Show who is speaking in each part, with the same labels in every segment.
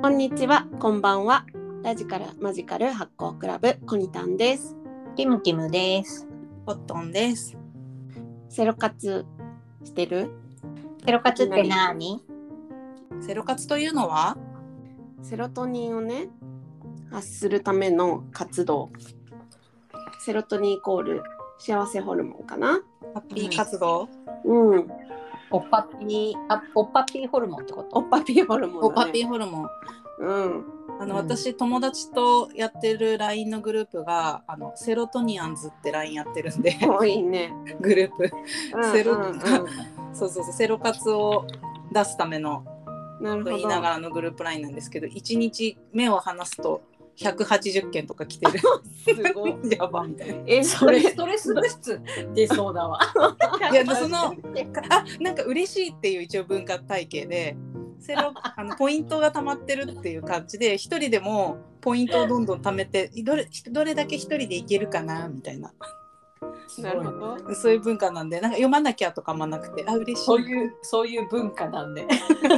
Speaker 1: こんにちは、こんばんは。ラジカルマジカル発行クラブコニタンです。
Speaker 2: キムキムです。
Speaker 3: コットンです。
Speaker 1: セロ活してる？
Speaker 2: セロ活って何？
Speaker 3: セロ活というのは
Speaker 1: セロトニンをね発するための活動。セロトニンイコール幸せホルモンかな。
Speaker 3: ハッピー活動、
Speaker 1: うん。
Speaker 2: おっぱぴーホルモンってこと？
Speaker 1: おっぱぴーホルモンだね。
Speaker 3: おっぱぴーホルモン。
Speaker 1: うん。
Speaker 3: 私友達とやってる LINE のグループがセロトニアンズって LINE やってるんで
Speaker 1: 多いね
Speaker 3: グループ、セロ
Speaker 1: そう
Speaker 3: セロ活を出すための
Speaker 1: なるほど
Speaker 3: と言いながらのグループ LINE なんですけど、1日目を離すと180件とか来てる
Speaker 1: すごい
Speaker 3: やばみたいな。
Speaker 2: それストレス物質出そうだわ
Speaker 3: いやなんか嬉しいっていう一応文化体系でポイントが溜まってるっていう感じで、一人でもポイントをどんどん貯めてどれだけ一人でいけるかなみたいな、
Speaker 1: なるほど。
Speaker 3: そういう文化なんで、なんか読まなきゃとかもなくて、嬉しい。
Speaker 2: そういう文化なんで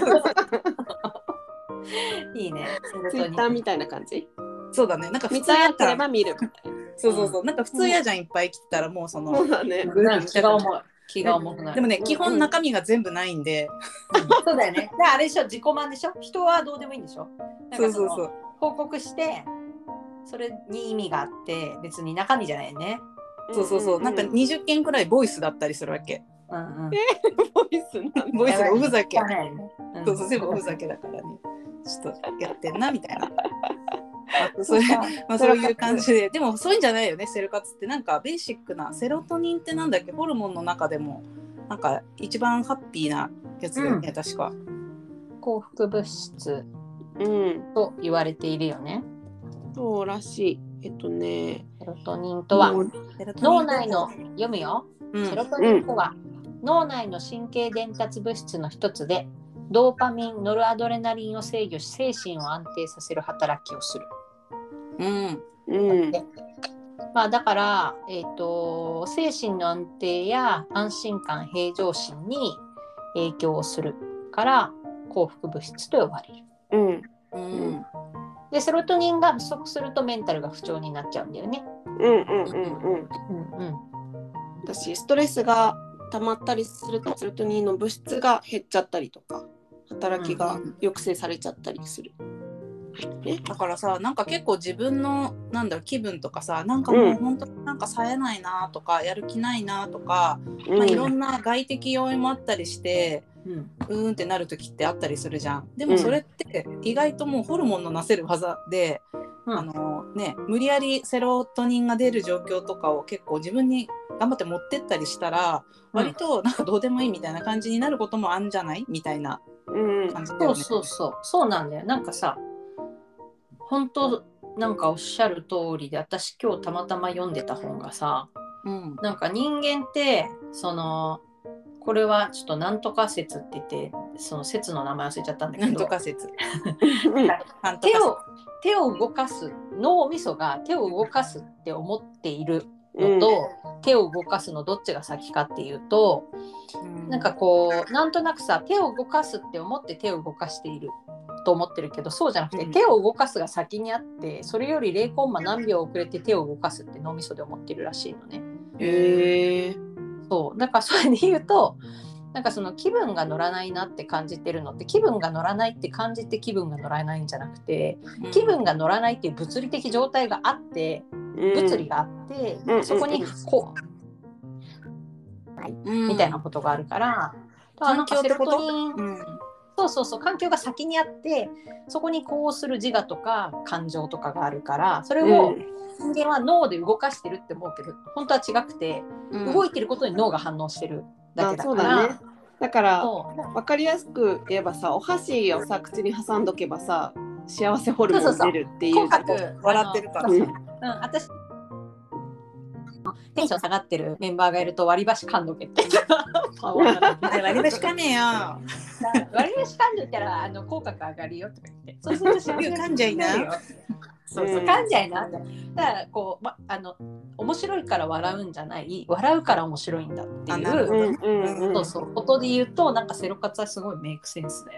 Speaker 2: いいね。
Speaker 1: ツイッターみたいな感じ？
Speaker 3: そうだね。なんか
Speaker 1: 普通やってれば見るみたいな。
Speaker 3: そう、なんか普通やじゃん、いっぱい来てたらもう
Speaker 1: そうだね。
Speaker 2: 気が重くなる。
Speaker 3: でもね、基本中身が全部ないんで、
Speaker 2: そうだよね。あれでしょ、自己満でしょ。人はどうでもいいんでしょ。
Speaker 3: そう
Speaker 2: 報告してそれに意味があって別に中身じゃないよね。
Speaker 3: そう、なんか20件くらいボイスだったりするわけ。
Speaker 1: ボイスなん
Speaker 3: ボイスでおふざけ。
Speaker 2: そう
Speaker 3: 全部おふざけだからね。ちょっとやってんなみたいな。そういう感じで、でもそういうんじゃないよね、セロ活って。なんかベーシックなセロトニンってなんだっけ、ホルモンの中でもなんか一番ハッピーなやつだよね、確か。
Speaker 2: 幸福物質と言われているよね。
Speaker 1: そうらしい。
Speaker 2: セロトニンとは脳内の読むよ。セロトニンとは脳内の神経伝達物質の一つで、ドーパミン、ノルアドレナリンを制御し精神を安定させる働きをする。だから、精神の安定や安心感、平常心に影響をするから幸福物質と呼ばれる。でセロトニンが不足するとメンタルが不調になっちゃうんだよね。
Speaker 1: 私ストレスが溜まったりするとセロトニンの物質が減っちゃったりとか、働きが抑制されちゃったりする。
Speaker 3: だからさ、なんか結構自分の気分とかさ、なんかもう本当になんか冴えないなとか、やる気ないなとか、いろんな外的要因もあったりして、ってなる時ってあったりするじゃん。でもそれって意外ともうホルモンのなせる技で、無理やりセロトニンが出る状況とかを結構自分に頑張って持ってったりしたら、割となんかどうでもいいみたいな感じになることもあるんじゃないみたいな感じだよね。
Speaker 2: そうなんだよ。なんかさ、本当なんかおっしゃる通りで、私今日たまたま読んでた本がさ、なんか人間ってこれはちょっとなんとか説って言って、その説の名前忘れちゃったんだけど、
Speaker 3: なんとか説
Speaker 2: 手を動かす、脳みそが手を動かすって思っているのと、手を動かすのどっちが先かっていうと、なんかこうなんとなくさ、手を動かすって思って手を動かしていると思ってるけど、そうじゃなくて、手を動かすが先にあって、それより0コンマ何秒遅れて手を動かすって脳みそで思ってるらしいのね。そうだからそれで言うと、なんかその気分が乗らないなって感じてるのって、気分が乗らないって感じて気分が乗らないんじゃなくて、気分が乗らないっていう物理的状態があって、物理があって、そこにこう、みたいなことがあるから、
Speaker 3: 環境ってこと？
Speaker 2: そう環境が先にあって、そこにこうする自我とか感情とかがあるから、それを人間は脳で動かしてるって思うけど、本当は違くて、動いてることに脳が反応してるだけだから。
Speaker 1: だから分かりやすく言えばさ、お箸をさ口に挟んどけばさ、幸せホルモン出るっていう。
Speaker 3: 笑ってるから。
Speaker 2: 私テンション下がってるメンバーがいると、割り箸噛んどけって
Speaker 3: 割り箸噛めよ
Speaker 2: 割り箸噛んどいたら口角上がるよとか言って、そうすると
Speaker 3: 噛んじゃいな
Speaker 2: 噛んじゃいなって。だからこう、面白いから笑うんじゃない、笑うから面白いんだっていう、ことで言うと、なんかセロ活はすごいメイクセンスだよね。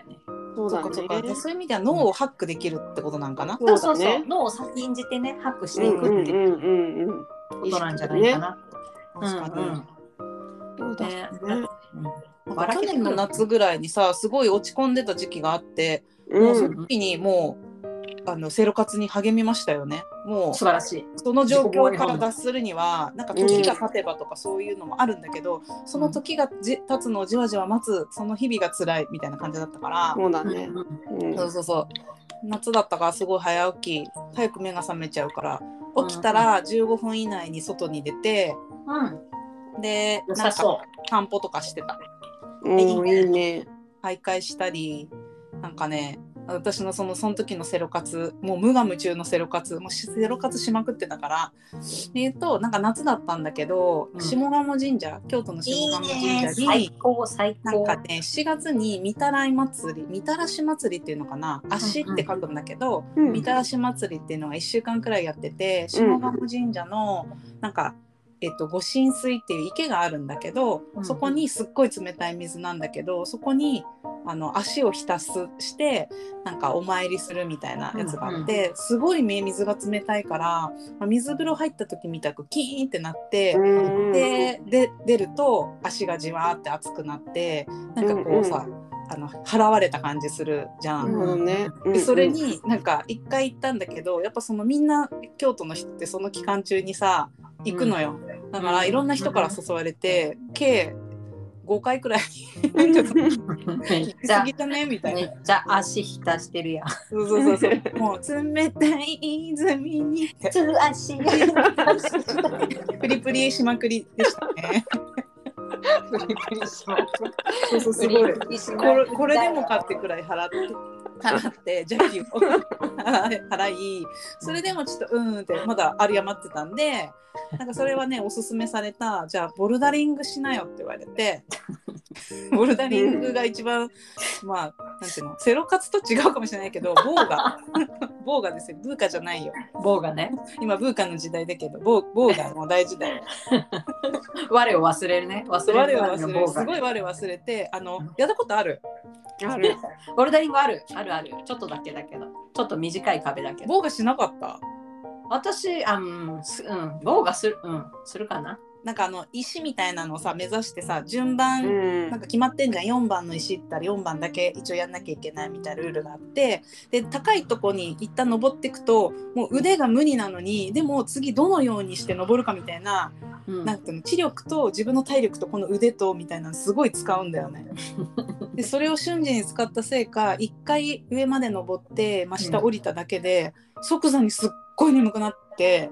Speaker 1: そうだね。
Speaker 3: そうか。でそういう意味では脳をハックできるってことなんかな。
Speaker 2: そうそうそう、
Speaker 1: そうだね
Speaker 2: 脳を先んじてねハックしてい
Speaker 1: うん
Speaker 2: くっていう
Speaker 1: うん
Speaker 2: ことなんじゃないかな。
Speaker 3: 確かに。
Speaker 1: そうだ
Speaker 2: ね
Speaker 1: ね。
Speaker 3: なんか去年の夏ぐらいにさ、すごい落ち込んでた時期があって、もうその時にもうセロ活に励みましたよね。もう
Speaker 2: 素晴らしい。
Speaker 3: その状況から脱するにはなんか時が経てばとかそういうのもあるんだけど、その時が経つのをじわじわ待つその日々が辛いみたいな感じだったから。
Speaker 1: そうだね。
Speaker 3: そう夏だったからすごい早起き、早く目が覚めちゃうから起きたら15分以内に外に出て、でなんか散歩とかしてた。
Speaker 1: いいね。
Speaker 3: 徘徊したり、なんかね、私のその時のセロ活、もう無我夢中のセロ活、もうセロ活しまくってたから言うと、なんか夏だったんだけど、下鴨神社、京都の下鴨神社になんかね、7月にみたらし祭りっていうのかな、足って書くんだけど、みたらし祭りっていうのが1週間くらいやってて、下鴨神社のなんか御神水っていう池があるんだけど、そこにすっごい冷たい水なんだけど、そこに足を浸してなんかお参りするみたいなやつがあって、すごい水が冷たいから、水風呂入った時みたくキーンってなって、で出ると足がじわーって熱くなって、なんかこうさ、払われた感じするじゃん。でそれになんか一回行ったんだけど、やっぱそのみんな京都の人ってその期間中にさ行くのよ。だからいろんな人から誘われて、計5回くらい行き過ぎたねみたいな。
Speaker 2: めっちゃ足浸してるやん。
Speaker 3: そうもう冷たい泉に
Speaker 2: 足
Speaker 3: プリプリしまくりでしたね。
Speaker 2: プリプリしまくり。
Speaker 3: すごいこれでもかってくらい払って邪気を払い、それでもちょっとってまだ有り余ってたんで、なんかそれはねおすすめされた、じゃあボルダリングしなよって言われて、ボルダリングが一番まあなんていうの、セロ活と違うかもしれないけど、ボーガですよ、ブーカじゃないよ。
Speaker 2: ボーガね、
Speaker 3: 今ブーカの時代だけどボーガも大事だよ。
Speaker 2: 我を忘れるね、
Speaker 3: 我を忘れる、すごい我忘れて、やったことある？
Speaker 2: ある。ボルダリングあるちょっとだけだけど、ちょっと短い壁だけど。
Speaker 3: ボーガしなかった？
Speaker 2: 私ボーガするかな。
Speaker 3: なんか石みたいなのをさ目指してさ、順番、なんか決まってんじゃん。4番の石行ったら4番だけ一応やんなきゃいけないみたいなルールがあって、で高いとこに一旦登っていくともう腕が無理なのに、でも次どのようにして登るかみたいな、なんていうの、知力と自分の体力とこの腕とみたいなのすごい使うんだよね。でそれを瞬時に使ったせいか、1回上まで登って、下降りただけで、即座にすっごい眠くなって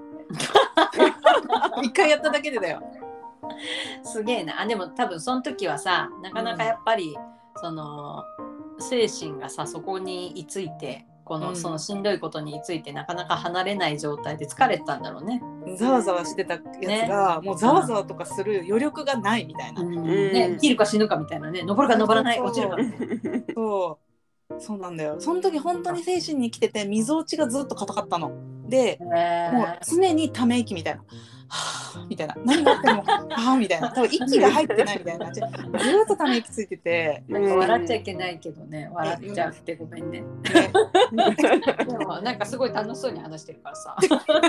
Speaker 3: 1回やっただけでだよ。
Speaker 2: すげえな。でも多分その時はさ、なかなかやっぱり、その精神がさそこに居ついて、そのしんどいことに居ついてなかなか離れない状態で疲れてたんだろうね。
Speaker 3: ざわざわしてたやつが、もうざわざわとかする余力がないみたいな、
Speaker 2: ね、生きるか死ぬかみたいなね、登るか登らない、落ちるかみたいな。
Speaker 3: そうなんだよ。その時本当に精神に来てて、みぞおちがずっと硬かったので、もう常にため息みたいな、はぁみたいな、何があってもはぁみたいな、多分息が入ってないみたいな感じ、ずっとため息ついてて、
Speaker 2: なんか笑っちゃいけないけどね、笑っちゃってごめんね。でもなんかすごい楽しそうに話してるからさ。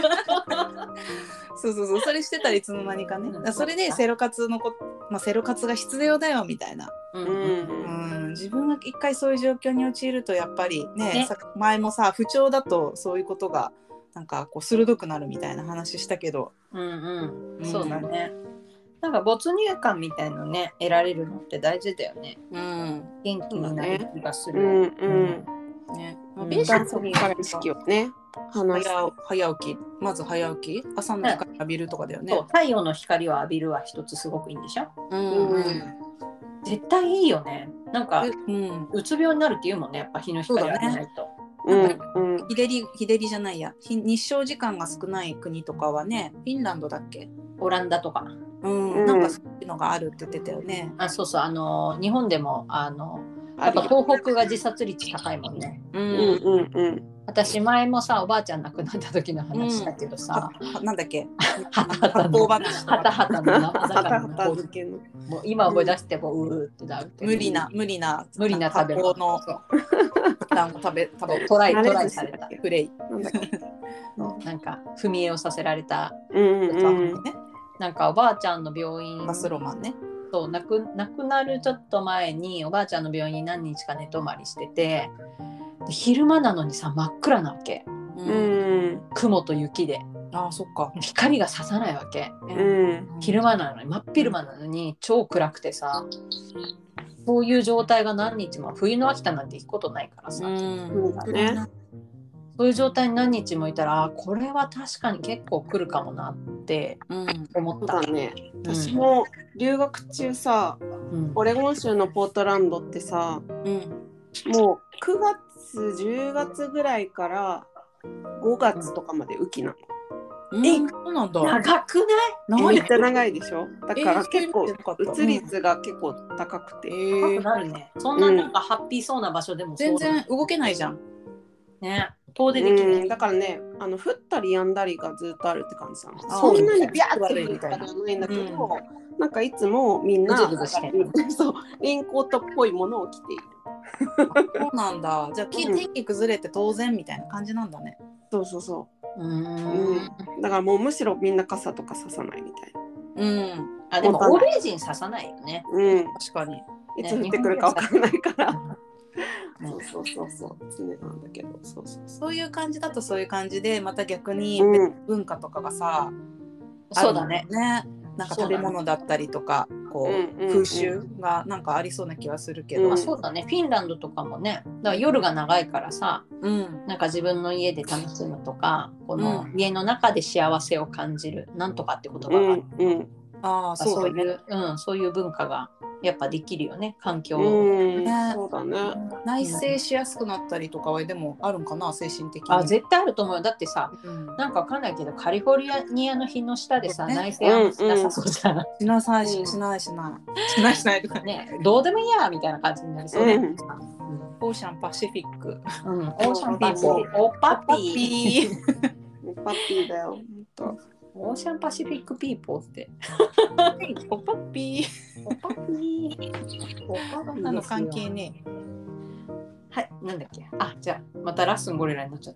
Speaker 3: そうそれしてたらいつの間にかね、それでセロ活セロ活が必要だよみたいな。自分が一回そういう状況に陥るとやっぱりね、前もさ不調だとそういうことがなんかこう鋭くなるみたいな話したけど、
Speaker 2: そうだね。なんか没入感みたいのね得られるのって大事だよね。元気になる気がする。
Speaker 1: ベーシックに意識をね、
Speaker 3: 早起き、まず早起き、朝の光浴びるとかだよね。
Speaker 2: そう、太陽の光を浴びるは一つすごくいいんでしょ。絶対いいよね。なんか、うつ病になるっていうもんね、やっぱ日の光浴びないと。
Speaker 3: 日照りじゃないや、日照時間が少ない国とかはね、フィンランドだっけ、
Speaker 2: オランダとか、
Speaker 3: なんかそういうのがあるって言ってたよね。
Speaker 2: そうそう、日本でもやっぱ東北が自殺率高いもんね。 私前もさおばあちゃん亡くなった時の話だけどさ、
Speaker 3: なんだっけ
Speaker 2: はたはたのはたはたの生
Speaker 1: はたは
Speaker 2: 魚の
Speaker 1: た漬けの。
Speaker 2: もう今思い出してもうーってなるって
Speaker 3: 無理な
Speaker 2: 食べ
Speaker 3: 発酵の単語食べ
Speaker 2: トライされた
Speaker 3: プレイ
Speaker 1: なんだっけ。
Speaker 2: なんか踏み絵をさせられた、
Speaker 3: ね。
Speaker 2: なんかおばあちゃんの病院
Speaker 3: バスロマンね。
Speaker 2: そう亡くなるちょっと前におばあちゃんの病院に何日か寝泊まりしてて、で昼間なのにさ真っ暗なわけ、雲と雪で
Speaker 3: あ、そっか。
Speaker 2: 光が差さないわけ、昼間なのに真っ昼間なのに超暗くてさ、そういう状態が何日も、冬の秋田なんて行くことないからさ、そういう状態に何日もいたら、これは確かに結構来るかもなって思った。
Speaker 1: そうだね。私も留学中さ、オレゴン州のポートランドってさ、もう9月10月ぐらいから5月とかまで雨季なの。
Speaker 3: そうなんだ。
Speaker 2: 長くない？
Speaker 1: めっちゃ長いでしょ。だから結構鬱率が結構高くて、
Speaker 2: 高くなるね。そんななんかハッピーそうな場所でも
Speaker 3: 全然動けないじゃん。
Speaker 2: ね、遠出できない。
Speaker 1: だからね、降ったりやんだりがずっとあるって感じなの。そんなにビャーって降るとかではないんだけど、なんかいつもみんなそうレインコートっぽいものを着ている。
Speaker 3: そうなんだ。じゃあ天気崩れて当然みたいな感じなんだね。
Speaker 1: そうそうそう。だからもうむしろみんな傘とかささないみたいな。
Speaker 2: あ、でも欧米人ささないよね。
Speaker 3: 確かに。
Speaker 1: いつ降ってくるかわからないから。そう常なんだけど、
Speaker 3: そういう感じだとそういう感じで、また逆に文化とかがさ、
Speaker 2: そうだね。
Speaker 3: なんか食べ物だったりとか、こう風習がなんかありそうな気はするけど、
Speaker 2: そうだね。フィンランドとかもね、だから夜が長いからさ、なんか自分の家で楽しむとか、この家の中で幸せを感じるなんとかって言葉がある。そういう文化がやっぱできるよね、環境
Speaker 1: そうだね。
Speaker 3: 内省しやすくなったりとかはでもあるんかな、精神的に。
Speaker 2: あ、絶対あると思うよ。だってさ、なんかわかんないけどカリフォルニアの日の下でさ、内省はしなさそうじゃない。
Speaker 3: しないとか
Speaker 2: ね、どうでもいいやみたいな感じになりそうだよね。
Speaker 3: オーシャンパシフィック。
Speaker 2: オーシャンパシフィック。オッパッピ
Speaker 1: ー。パッピーだよ。
Speaker 2: オーシャンパシフィックピーポーって。
Speaker 3: おパッピー。
Speaker 2: おパッピー。
Speaker 3: 関係ね。
Speaker 2: はい、なんだっけ。あ、じゃあまたラッスンゴリラになっちゃった。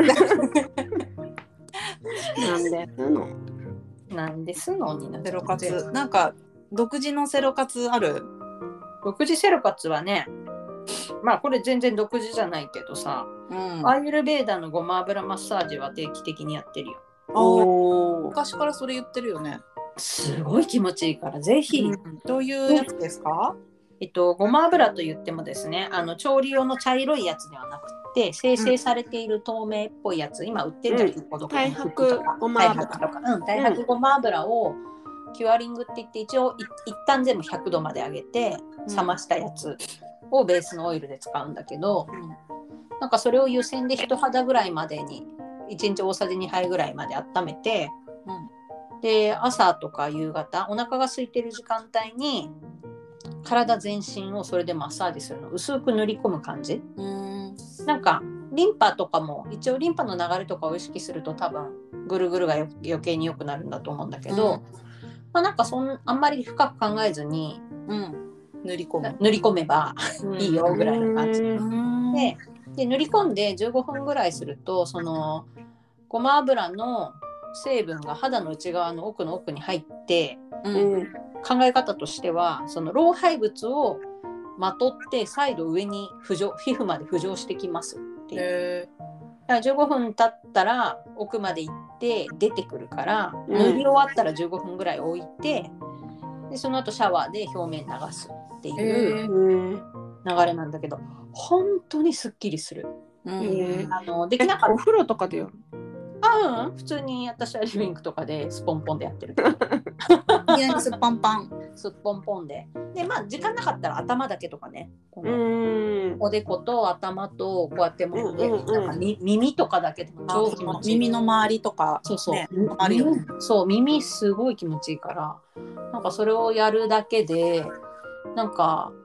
Speaker 2: なんですのになっちゃった。
Speaker 3: セロカツ。なんか独自のセロカツある？
Speaker 2: 独自セロカツはね、まあこれ全然独自じゃないけどさ、アーユルベーダのごま油マッサージは定期的にやってるよ。
Speaker 3: 昔からそれ言ってるよね。
Speaker 2: すごい気持ちいいからぜひ。
Speaker 3: どういうやつですか？
Speaker 2: ごま油と言ってもですね、調理用の茶色いやつではなくて、生成されている透明っぽいやつ、今売ってるじゃん、
Speaker 1: 太白ごま油とか。
Speaker 2: 太白ごま油をキュアリングって言って、一応一旦全部100度まで上げて冷ましたやつをベースのオイルで使うんだけど、なんかそれを湯煎で人肌ぐらいまでに1日大さじ2杯ぐらいまで温めて、で朝とか夕方お腹が空いてる時間帯に体全身をそれでマッサージするの、薄く塗り込む感じ。なんかリンパとかも一応リンパの流れとかを意識すると多分ぐるぐるが余計に良くなるんだと思うんだけど、なんかあんまり深く考えずに、
Speaker 3: 塗り
Speaker 2: 込めばいいよぐらいの感じで塗り込んで15分ぐらいすると、そのごま油の成分が肌の内側の奥の奥に入って、考え方としてはその老廃物をまとって再度上に皮膚まで浮上してきますっていう。だから15分経ったら奥まで行って出てくるから、塗り終わったら15分ぐらい置いて、でその後シャワーで表面流すっていう流れなんだけど、本当にすっきりする。できなかった。
Speaker 1: お風呂とかでやる？
Speaker 2: 普通に私はリビングとかでスポンポンでやってる。
Speaker 3: いきなりスッポンポン。
Speaker 2: スッポンポンで。で時間なかったら頭だけとかね。おでこと頭とこうやってもんで、なんか耳とかだけでも超気持ちいい。
Speaker 3: 耳の周りとか。
Speaker 2: そう耳すごい気持ちいいから、なんかそれをやるだけでなんか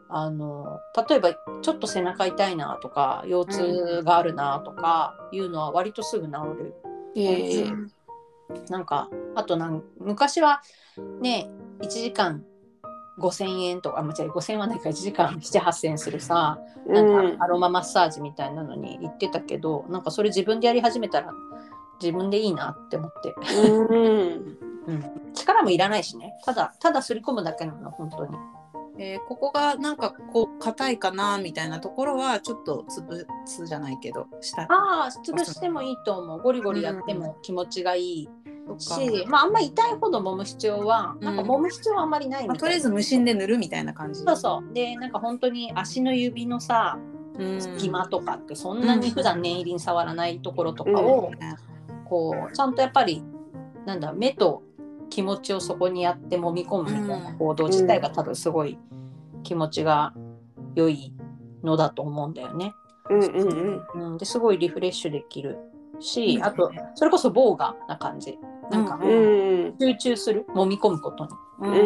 Speaker 2: 例えばちょっと背中痛いなとか腰痛があるなとかいうのは割とすぐ治る。なんかあと昔はね1時間5000円とか5000円はないから1時間7、8000円するさなんかアロママッサージみたいなのに行ってたけど、なんかそれ自分でやり始めたら自分でいいなって思って、力もいらないしね、ただ擦り込むだけなの本当に。
Speaker 3: ここがなんかこう硬いかなみたいなところはちょっと潰すじゃないけど
Speaker 2: 潰してもいいと思う。ゴリゴリやっても気持ちがいいし、あんまり痛いほど揉む必要はなんか揉む必要はあんまりないみたいな、
Speaker 3: とりあえず無心で塗るみたいな感じ。
Speaker 2: そうでなんか本当に足の指のさ隙間とかってそんなに普段念入りに触らないところとかを、こうちゃんとやっぱり目と気持ちをそこにやって揉み込むみたいな行動自体が多分すごい気持ちが良いのだと思うんだよね。ですごいリフレッシュできるし、あとそれこそボーガな感じ、なんか集中する、揉み込むことに。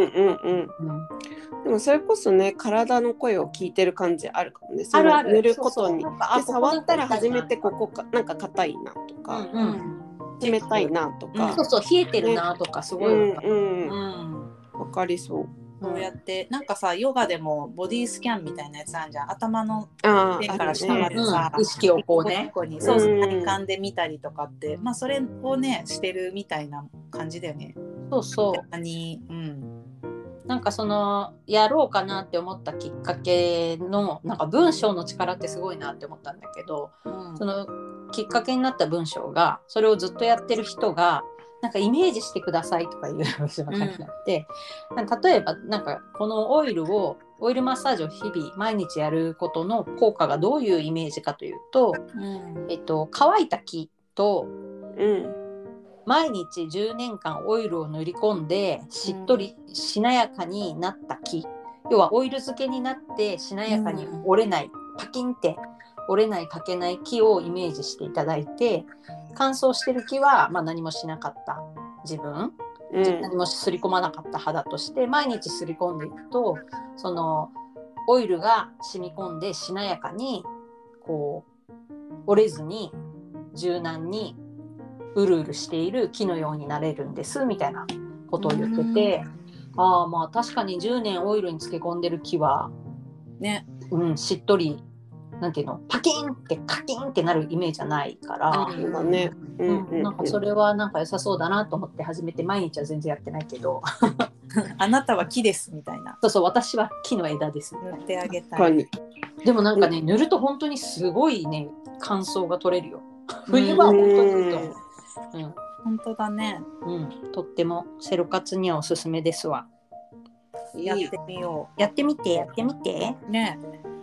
Speaker 1: でもそれこそね体の声を聞いてる感じあるかもね。その寝ることにで触ったら初めてここかなんか硬いなとか、冷たいなとか、
Speaker 2: 冷えてるなとかすごい
Speaker 1: わかりそう。
Speaker 3: こうやってなんかさヨガでもボディスキャンみたいなやつあるじゃん。頭の上から下までさ、
Speaker 2: 意識をこうね
Speaker 3: 体感で見たりとかって、それをねしてるみたいな感じだよね。
Speaker 2: なんかそのやろうかなって思ったきっかけのなんか文章の力ってすごいなって思ったんだけど、そのきっかけになった文章がそれをずっとやってる人がなんかイメージしてくださいとかいう文章が書いてあって、例えばなんかこのオイルマッサージを日々毎日やることの効果がどういうイメージかというと、乾いた木と、毎日10年間オイルを塗り込んでしっとりしなやかになった木、要はオイル漬けになってしなやかに折れない、パキンって折れない欠けない木をイメージしていただいて、乾燥してる木は、何もしなかった自分、何もすり込まなかった肌として毎日すり込んでいくとそのオイルが染み込んでしなやかにこう折れずに柔軟にうるうるしている木のようになれるんですみたいなことを言ってて、確かに10年オイルに漬け込んでる木はね、しっとりなんていうのパキンってカキンってなるイメージじゃないから、なんかそれはなんか良さそうだなと思って始めて、毎日は全然やってないけど
Speaker 3: あなたは木ですみたいな、
Speaker 2: そう私は木の枝です
Speaker 3: 塗ってあげたい。
Speaker 2: でもなんかね、塗ると本当にすごいね乾燥が取れるよ。冬は本当にいいと思う。
Speaker 3: 本当だね。
Speaker 2: とってもセロ活にはおすすめですわ。
Speaker 3: やってみよ
Speaker 2: う。やってみて
Speaker 3: ね。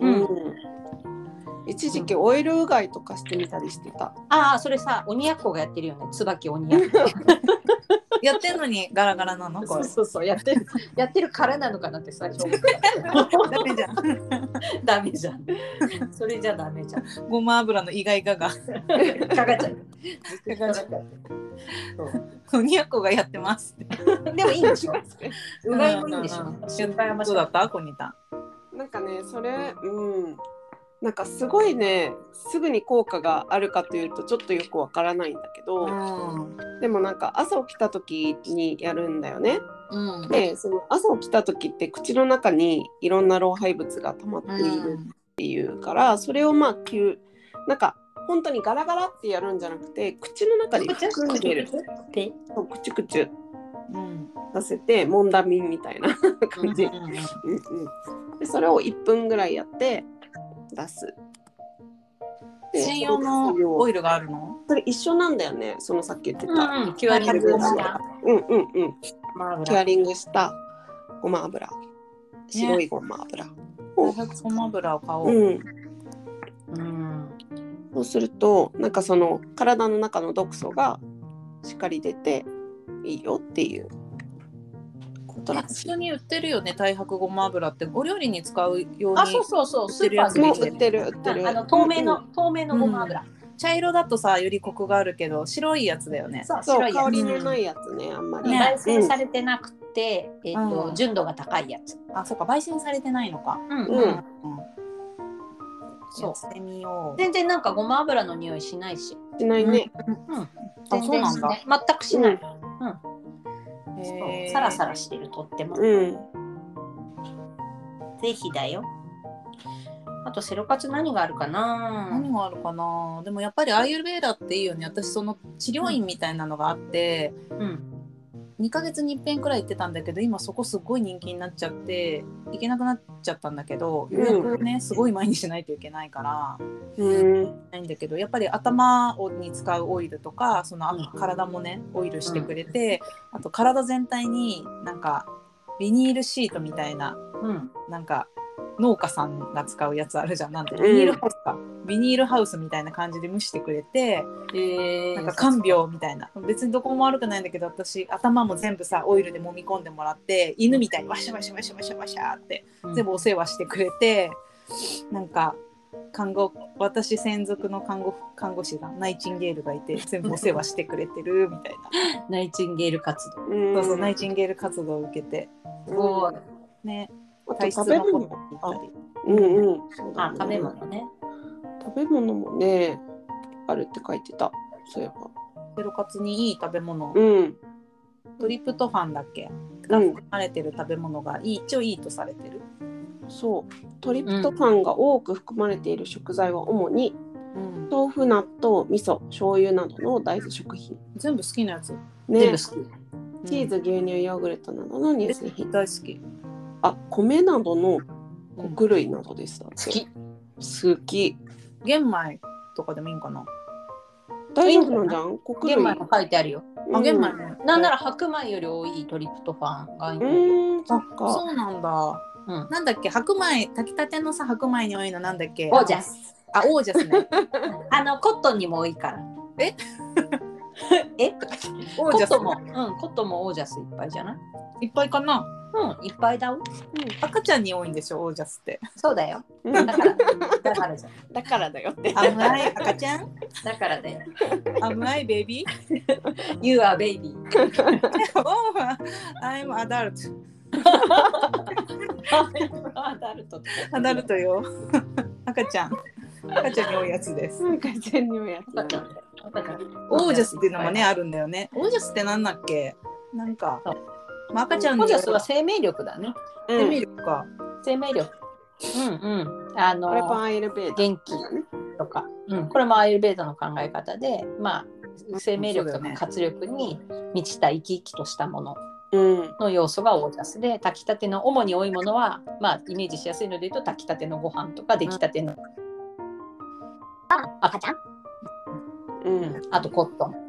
Speaker 1: 一時期オイルうがいとかしてみたりしてた。
Speaker 2: それさ鬼奴がやってるよね。椿鬼奴
Speaker 3: やってんのにガラガラなのこれ。
Speaker 2: そうやってるからなのかなって最初
Speaker 3: ダメじゃん
Speaker 2: ダメじゃんそれじゃダメじゃん。
Speaker 3: ごま油のイガイガが
Speaker 2: かかっちゃう
Speaker 3: 鬼奴がやってます
Speaker 2: でもいいんでしょうがいもいいんでしょ。
Speaker 3: どうだったコニタン。
Speaker 1: なんかねそれなんかすごいねすぐに効果があるかというとちょっとよくわからないんだけど、でもなんか朝起きた時にやるんだよね。でその朝起きた時って口の中にいろんな老廃物が溜まっているっていうから、それをなんか本当にガラガラってやるんじゃなくて口の中で含んでるクチュクチュさせてモンダミンみたいな感じ、でそれを1分ぐらいやって出す。
Speaker 3: 専用のオイルがあるの？
Speaker 1: それ一緒なんだよね。そのさっき言ってた、
Speaker 2: キュアリングした
Speaker 1: キュアリングしたごま油、白いごま油、
Speaker 3: ごま油を買おう。
Speaker 1: そうするとなんかその体の中の毒素がしっかり出ていいよっていうことらしい。
Speaker 3: 普通に売ってるよね、太白ごま油って。お料理に使うように
Speaker 2: そうスーパーで
Speaker 1: も売ってる
Speaker 2: 透明のごま油、
Speaker 3: 茶色だとさよりコクがあるけど白いやつだよね。
Speaker 2: そう
Speaker 1: 香りのないやつね、あんまり
Speaker 2: 焙煎されてなくて、純度が高いやつ。
Speaker 3: あ、そうか、焙煎されてないのか。
Speaker 2: そう。
Speaker 3: してみよう。
Speaker 2: 全然なんかごま油の匂いしないし。
Speaker 1: しないね。
Speaker 2: 全然しない。全くしない。サラサラしてる、とっても。ぜひだよ。あとセロカツ何があるかな。
Speaker 3: でもやっぱりアーユルヴェーダっていいよね。私その治療院みたいなのがあって、2ヶ月に一遍くらい行ってたんだけど、今そこすごい人気になっちゃって行けなくなっちゃったんだけど、予約をねすごい前にしないといけないから、ないんだけど、やっぱり頭に使うオイルとか、その体もねオイルしてくれて、あと体全体になんかビニールシートみたいな、なんか農家さんが使うやつあるじゃん、なんてビニールハウスか、ビニールハウスみたいな感じで蒸してくれて、なんか看病みたいな、別にどこも悪くないんだけど、私頭も全部さオイルで揉み込んでもらって、犬みたいにワシャワシャワシャワシャワシャって全部お世話してくれて、なんか私専属の看護師がナイチンゲールがいて全部お世話してくれてるみたいな
Speaker 2: ナイチンゲール活動。
Speaker 3: そうそう、ナイチンゲール活動を受けて、ね、体質のことを聞いたり。
Speaker 2: 食べ物ね。
Speaker 1: 食べ物もねあるって書いてた。そういえば
Speaker 3: セロカツにいい食べ物、トリプトファンだっけが含まれてる食べ物が一応いいとされてる。
Speaker 1: そう、トリプトファンが多く含まれている食材は主に、豆腐、納豆、味噌、醤油などの大豆食品。
Speaker 3: 全部好きなやつ、
Speaker 2: 全部好
Speaker 1: き。チーズ、牛乳、ヨーグルトなどの乳製品。
Speaker 3: 大好き。
Speaker 1: 米などの穀類などです。
Speaker 2: 好き。
Speaker 1: 好き。
Speaker 3: 玄米とかでもいいんかな。
Speaker 1: 大丈夫なんじゃん。
Speaker 2: 玄米も書いてあるよ。
Speaker 3: 玄米ね。
Speaker 2: なんなら白米より多いトリプトファンがいい。
Speaker 3: そうなんだ。なんだっけ、白米、炊きたてのさ白米に多いのなんだっけ。
Speaker 2: オージャス。
Speaker 3: オージャスね。
Speaker 2: コットンにも多いから。コットンもオージャスいっぱいじゃない？
Speaker 3: いっぱいかな。
Speaker 2: いっぱいだよ。
Speaker 3: 赤ちゃんに多いんでしょ、オージャスって。
Speaker 2: そうだよ。だからじゃん。
Speaker 1: だからだよって。
Speaker 3: 甘い赤ちゃん？
Speaker 2: だからだよ。
Speaker 3: 甘いベビ
Speaker 2: ー？ You are baby.
Speaker 3: Oh, I'm adult. アダルトよ。赤ちゃんに多いやつです。
Speaker 1: 赤ちゃんに多いやつ。
Speaker 3: オージャスっていうのもねあるんだよね。オージャスってなんだっけ？なんか。赤ちゃん
Speaker 2: オージャスは生命力だね。
Speaker 3: 生命力か。
Speaker 2: 生命力。
Speaker 1: これもアイルベーダ
Speaker 2: 元気とか。これもアイルベーダの考え方で、生命力とか活力に満ちた生き生きとしたものの要素がオージャスで、炊きたての主に多いものは、イメージしやすいので言うと炊きたてのご飯とか出来たての赤ちゃん、あとコットン。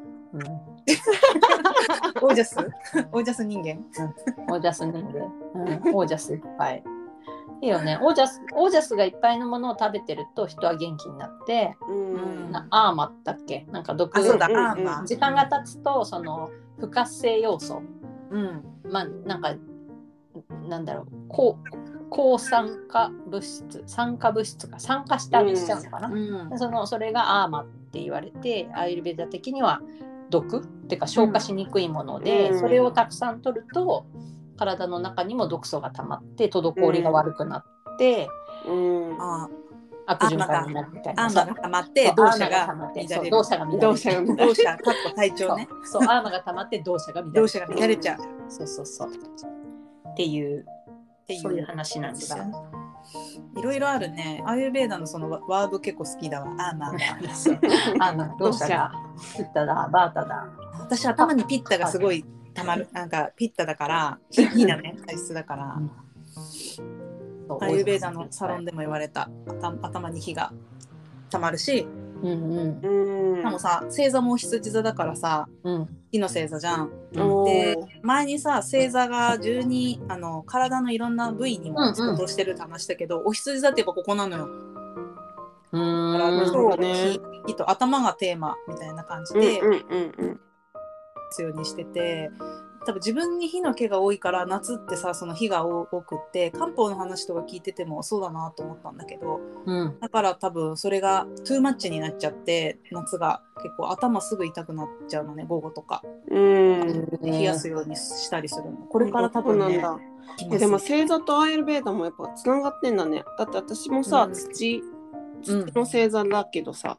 Speaker 3: オージャス人間。
Speaker 2: オージャス人間。オージャスいっぱい。いいよね。オージャスがいっぱいのものを食べてると人は元気になって、アーマだっけ？なんか毒。
Speaker 3: そうだ、アーマ。
Speaker 2: 時間が経つとその不活性要素。なんかなんだろう、抗酸化物質、酸化物質が酸化しちゃうのかな。それがアーマって言われて、アーユルヴェーダ的には毒っていうか消化しにくいもので、それをたくさん取ると体の中にも毒素が溜まって滞りが悪くなって、悪循環になるみたいな。
Speaker 3: アーマが溜まって動作が乱れる。動作かっこ体調ね。
Speaker 2: そう、アーマが溜まって動作が
Speaker 3: 乱れちゃう。
Speaker 2: そうっていうそういう話なんですよ。
Speaker 3: いろいろあるね。アーユルヴェーダのそのワード結構好きだわ。アーマ
Speaker 2: ー。動作がピッタだ、バータだ。
Speaker 3: 私頭にピッタがすごいたまる。なんかピッタだからいいだね、体質だから。アーユルヴェーダのサロンでも言われた。頭に火がたまるし。でもさ、星座も羊座だからさ、火の星座じゃん。で、前にさ、星座が12体のいろんな部位にも仕事してるって話したけど、お羊座ってやっぱここなのよ。だから火と頭がテーマみたいな感じで必要にしてて、 多分自分に火の気が多いから夏ってさその火が多くって漢方の話とか聞いててもそうだなと思ったんだけど、だから多分それがトゥーマッチになっちゃって夏が結構頭すぐ痛くなっちゃうのね、午後とか冷やすようにしたりするの。これから多分ね。
Speaker 1: でも星座とアーユルベーダもやっぱつながってんだね。だって私もさ、土の星座だけどさ、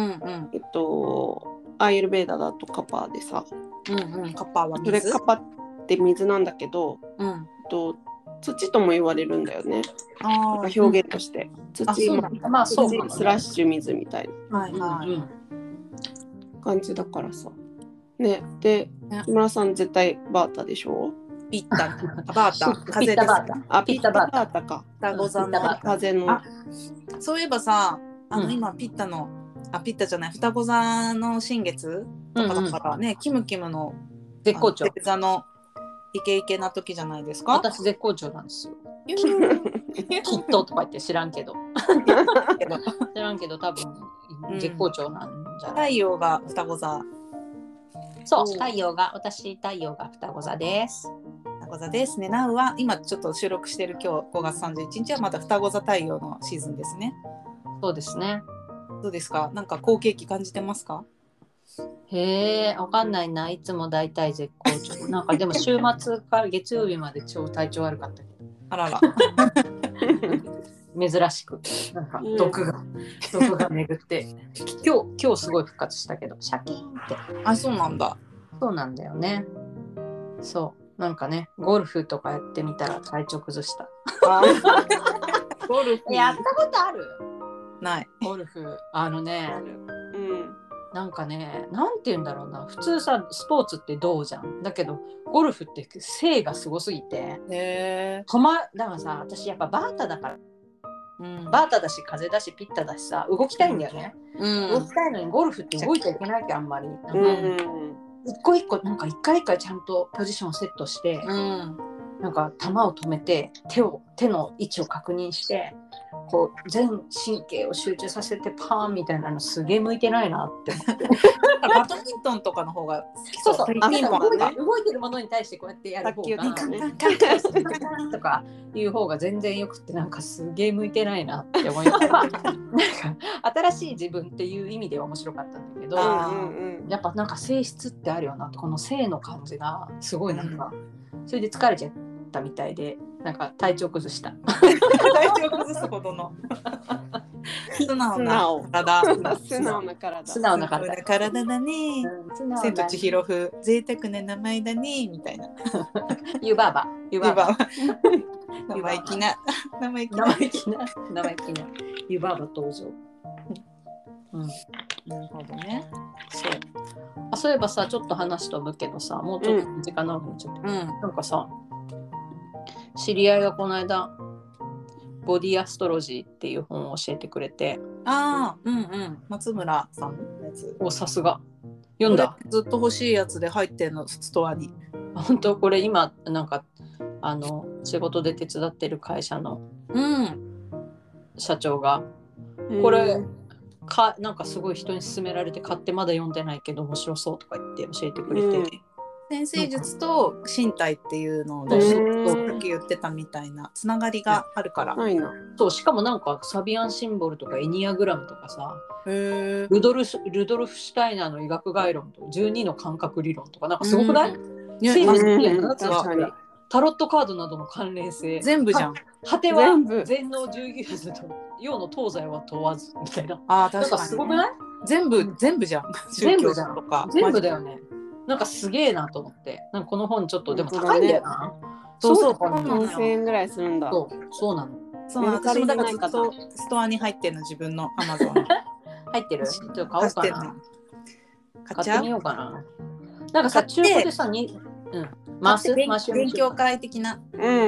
Speaker 1: アーユルベーダだとカパーでさ、
Speaker 3: カパーは
Speaker 1: それカパって水なんだけど、土とも言われるんだよね。なんか表現として、土スラッシュ水みたいな感じだからさ。ね、で木村さん絶対バータでしょ。
Speaker 3: ピッタバータ風です。
Speaker 1: ピッタバータか。
Speaker 3: 双子座の
Speaker 1: 風の。
Speaker 3: そういえばさ、今ピッタのピッタじゃない双子座の新月とかだからね、キムキムの
Speaker 2: 絶好調
Speaker 3: 座のイケイケな時じゃないですか。
Speaker 2: 私絶好調なんですよ。きっととか言って知らんけど多分絶好調なんじゃない。
Speaker 3: 太陽が双子座。
Speaker 2: そう、太陽が双子座です。
Speaker 3: 双子座ですね。なうは今ちょっと収録してる今日5月31日はまた双子座太陽のシーズンですね。
Speaker 2: そうですね。
Speaker 3: どうですか、なんか好景気感じてますか。
Speaker 2: へえ、わかんないな、いつもだいたい絶好調なんかでも週末から月曜日まで超体調悪かったけど、
Speaker 3: あらら
Speaker 2: 珍しくなんか毒が巡って今日すごい復活したけどシャキーンって。
Speaker 3: あ、そうなんだ。
Speaker 2: そうなんだよね。そうなんかね、ゴルフとかやってみたら体調崩した。
Speaker 3: ゴルフ
Speaker 2: やったことある？
Speaker 3: ない。
Speaker 2: ゴルフなんかね、なんて言うんだろうな、普通さスポーツってどうじゃん。だけどゴルフって性がすごすぎてだからさ、私やっぱバータだから、バータだし風だしピッタだしさ、動きたいんだよね、動きたいのにゴルフって動いちゃいけないけどあんまり一個一個なんか一回一回ちゃんとポジションをセットして、なんか球を止めて手の位置を確認してこう全神経を集中させてパーンみたいなのすげえ向いてないなって思って
Speaker 3: バドミントンとかの方が好きそう。
Speaker 2: ピンポンね、動いてるものに対してこうやってやる方がとかいう方が全然よくって、なんかすげえ向いてないなって思いながらなんか新しい自分っていう意味では面白かったんだけど、やっぱなんか性質ってあるよな、この性の感じがすごいなんか、それで疲れちゃったみたいで、なんか体調崩した
Speaker 3: 体調崩すほどの素直な体だね。千と千尋風贅沢な名前だねみたいな。
Speaker 2: 湯婆婆
Speaker 3: 生意気な
Speaker 2: 湯婆婆登場。
Speaker 3: なるほどね。
Speaker 2: そういえばさ、ちょっと話飛ぶけどさ、もうちょっと時間長くなっちゃって、なんかさ、知り合いがこの間ボディアストロジーっていう本を教えてくれて、
Speaker 3: 松村さんのやつ。
Speaker 2: さすが読んだ。
Speaker 3: ずっと欲しいやつで入ってんの、ストアに。
Speaker 2: 本当、これ今なんか仕事で手伝ってる会社の社長が、これなんかすごい人に勧められて買ってまだ読んでないけど面白そうとか言って教えてくれて、
Speaker 3: 先生術と身体っていうのをさっき言ってたみたいなつながりがあるから。
Speaker 2: そう、しかもなんかサビアンシンボルとかエニアグラムとかさ、ルドルフ・シュタイナーの医学概論と12の感覚理論とか、なんかすごくない？タロットカードなどの関連性
Speaker 3: 全部じゃん。
Speaker 2: 果ては全能十牛図と陽の東西は問わずみたいな。
Speaker 3: 確かに、
Speaker 2: すごくない？
Speaker 3: 全部じゃん。
Speaker 2: 全部じゃんとか全部だよね。なんかすげえなと思って、なんかこの本ちょっとでも高いんだよな。
Speaker 1: そう4000円ぐらいするんだ。
Speaker 2: そうなの。
Speaker 3: 私もだからずっとストアに入ってんの、自分のアマゾンに
Speaker 2: 入ってる。ちょっと買おうかな。買ってみようかな。なんかさ、中古でさ
Speaker 3: 勉強会的な。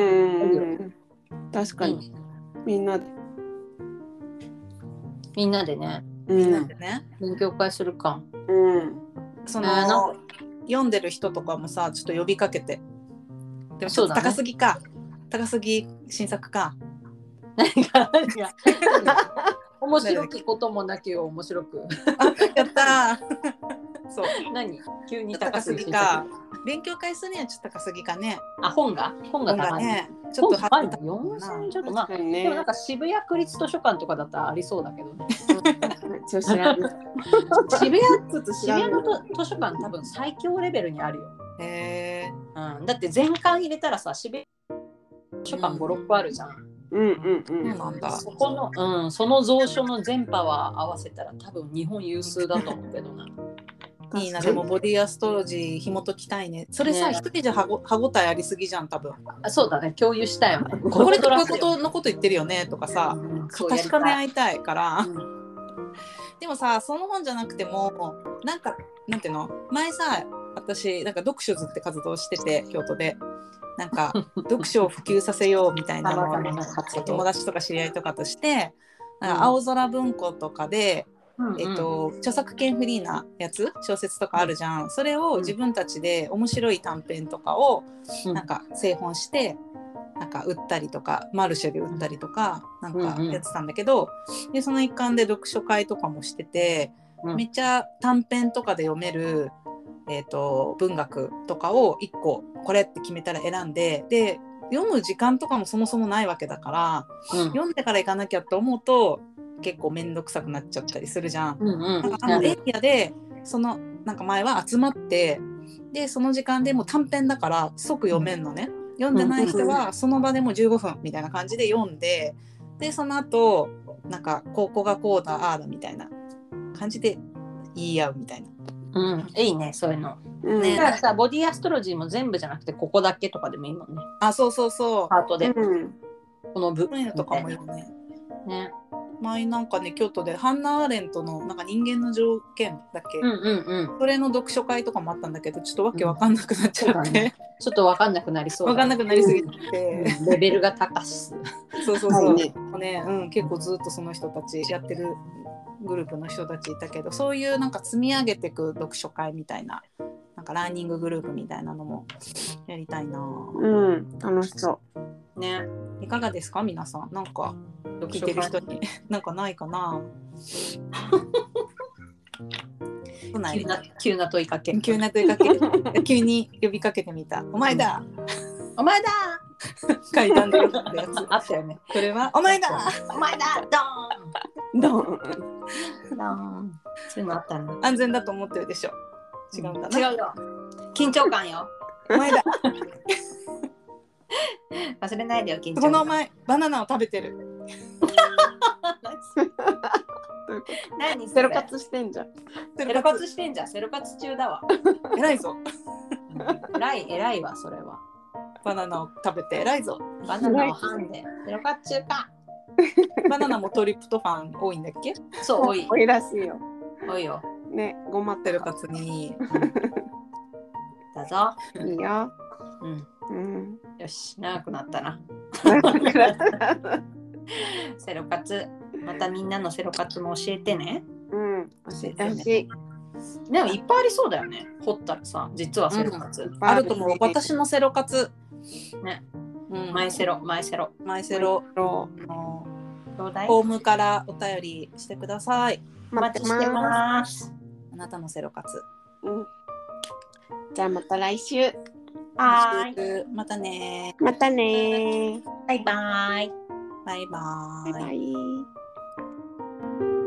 Speaker 1: 確かに、みんなで
Speaker 2: ね、勉強会するか。
Speaker 3: 読んでる人とかもさ、ちょっと呼びかけて。でもちょっと高すぎか。高すぎ新作か。
Speaker 2: 何が面白きこともなきを面白く。
Speaker 3: やったー。
Speaker 2: そう。何？急に高すぎ
Speaker 3: か。 勉強会するにはちょっと高すぎかね。
Speaker 2: 本が高い
Speaker 3: ね。ちょっと
Speaker 2: 高いの4000ちょっとでもなんか渋谷区立図書館とかだったらありそうだけどね。
Speaker 1: 渋谷の
Speaker 2: 図書館多分最強レベルにあるよ。
Speaker 3: へえ。
Speaker 2: だって全館入れたらさ、渋谷図書館5、6個あるじゃん。
Speaker 3: そうなんだ。
Speaker 2: そこの、その蔵書の全パワー合わせたら多分日本有数だと思うけどな。
Speaker 3: いいな、でもボディアストロジー紐解きたいね。それさ、一人じゃ歯応えありすぎじゃん、多分。
Speaker 2: そうだね、共有したよね。
Speaker 3: これとこういうことのこと言ってるよねとかさ、確かめ合いたいから。でもさ、その本じゃなくても、なんていうの、前さ、私なんか読書図って活動してて、京都で。なんか読書を普及させようみたいなのを友達とか知り合いとかとして、なんか青空文庫とかで、著作権フリーなやつ小説とかあるじゃん。それを自分たちで面白い短編とかをなんか製本してなんか売ったりとか、マルシェで売ったりとかなんかやってたんだけど、でその一環で読書会とかもしてて、めっちゃ短編とかで読める文学とかを1個これって決めたら選んで、で読む時間とかもそもそもないわけだから、読んでから行かなきゃと思うと結構面倒くさくなっちゃったりするじゃん。エリアでそのなんか前は集まって、でその時間でもう短編だから即読めんのね。読んでない人はその場でも15分みたいな感じで読んで、でその後なんかここがこうだああだみたいな感じで言い合うみたいな。
Speaker 2: いいね、そういうの。だからさ、ボディアストロジーも全部じゃなくてここだけとかでもいいもんね。
Speaker 3: そう
Speaker 2: ハートで、この部
Speaker 3: 分とかもいいね。前なんかね、京都でハンナ・アーレントのなんか人間の条件だっけ、それの読書会とかもあったんだけど、ちょっとわけわかんなくなっちゃって、
Speaker 2: ちょっとわかんなくなりそう
Speaker 3: わかんなくなりすぎて、
Speaker 2: レベルが高し
Speaker 3: 結構ずっとその人たちやってるグループの人たちいたけど、そういうなんか積み上げていく読書会みたいな、なんかラーニンググループみたいなのもやりたいな。
Speaker 1: 楽しそう
Speaker 3: ね。いかがですか皆さん。なんか聞いてる人になんかないかな。
Speaker 2: 急な問いかけ
Speaker 3: 急に呼びかけてみた。お前だ書いたんだよってやつ
Speaker 2: あったよね。
Speaker 3: これはお前だ
Speaker 1: ドーン
Speaker 2: そういうのあったんだ。
Speaker 3: 安全だと思ってるでしょ。違うんだな。
Speaker 2: 違うよ。緊張感よ。
Speaker 3: お前だ
Speaker 2: 忘れないでよ、緊張感。
Speaker 3: この前バナナを食べてる。
Speaker 2: 何
Speaker 1: セロ活してんじゃん。
Speaker 2: セロ活中だわ。
Speaker 3: 偉いぞ。
Speaker 2: 偉いわ、それは。
Speaker 3: バナナを食べて偉いぞ。
Speaker 2: バナナを噛んでセロ活中か。
Speaker 3: バナナもトリプトファン多いんだっけ？
Speaker 2: そう、
Speaker 1: 多いらしいよ。
Speaker 2: 多いよ。
Speaker 1: ね、ごまって
Speaker 3: セロ活にいい。
Speaker 2: だぞ。
Speaker 1: いいよ。
Speaker 2: よし、長くなったな。セロ活、またみんなのセロ活も教えてね。
Speaker 1: 教えてほしい。
Speaker 2: でもいっぱいありそうだよね。掘ったらさ、実はセロ活。
Speaker 3: あると思う。私のセロ活。
Speaker 2: ね。マイセロ。
Speaker 3: ホームからお便りしてください。
Speaker 2: お待ちしてます。
Speaker 3: あなたのセロ活。
Speaker 1: じゃあまた来週。
Speaker 3: またね。
Speaker 1: バイバイ。
Speaker 3: バイバイ。
Speaker 1: バイバイ。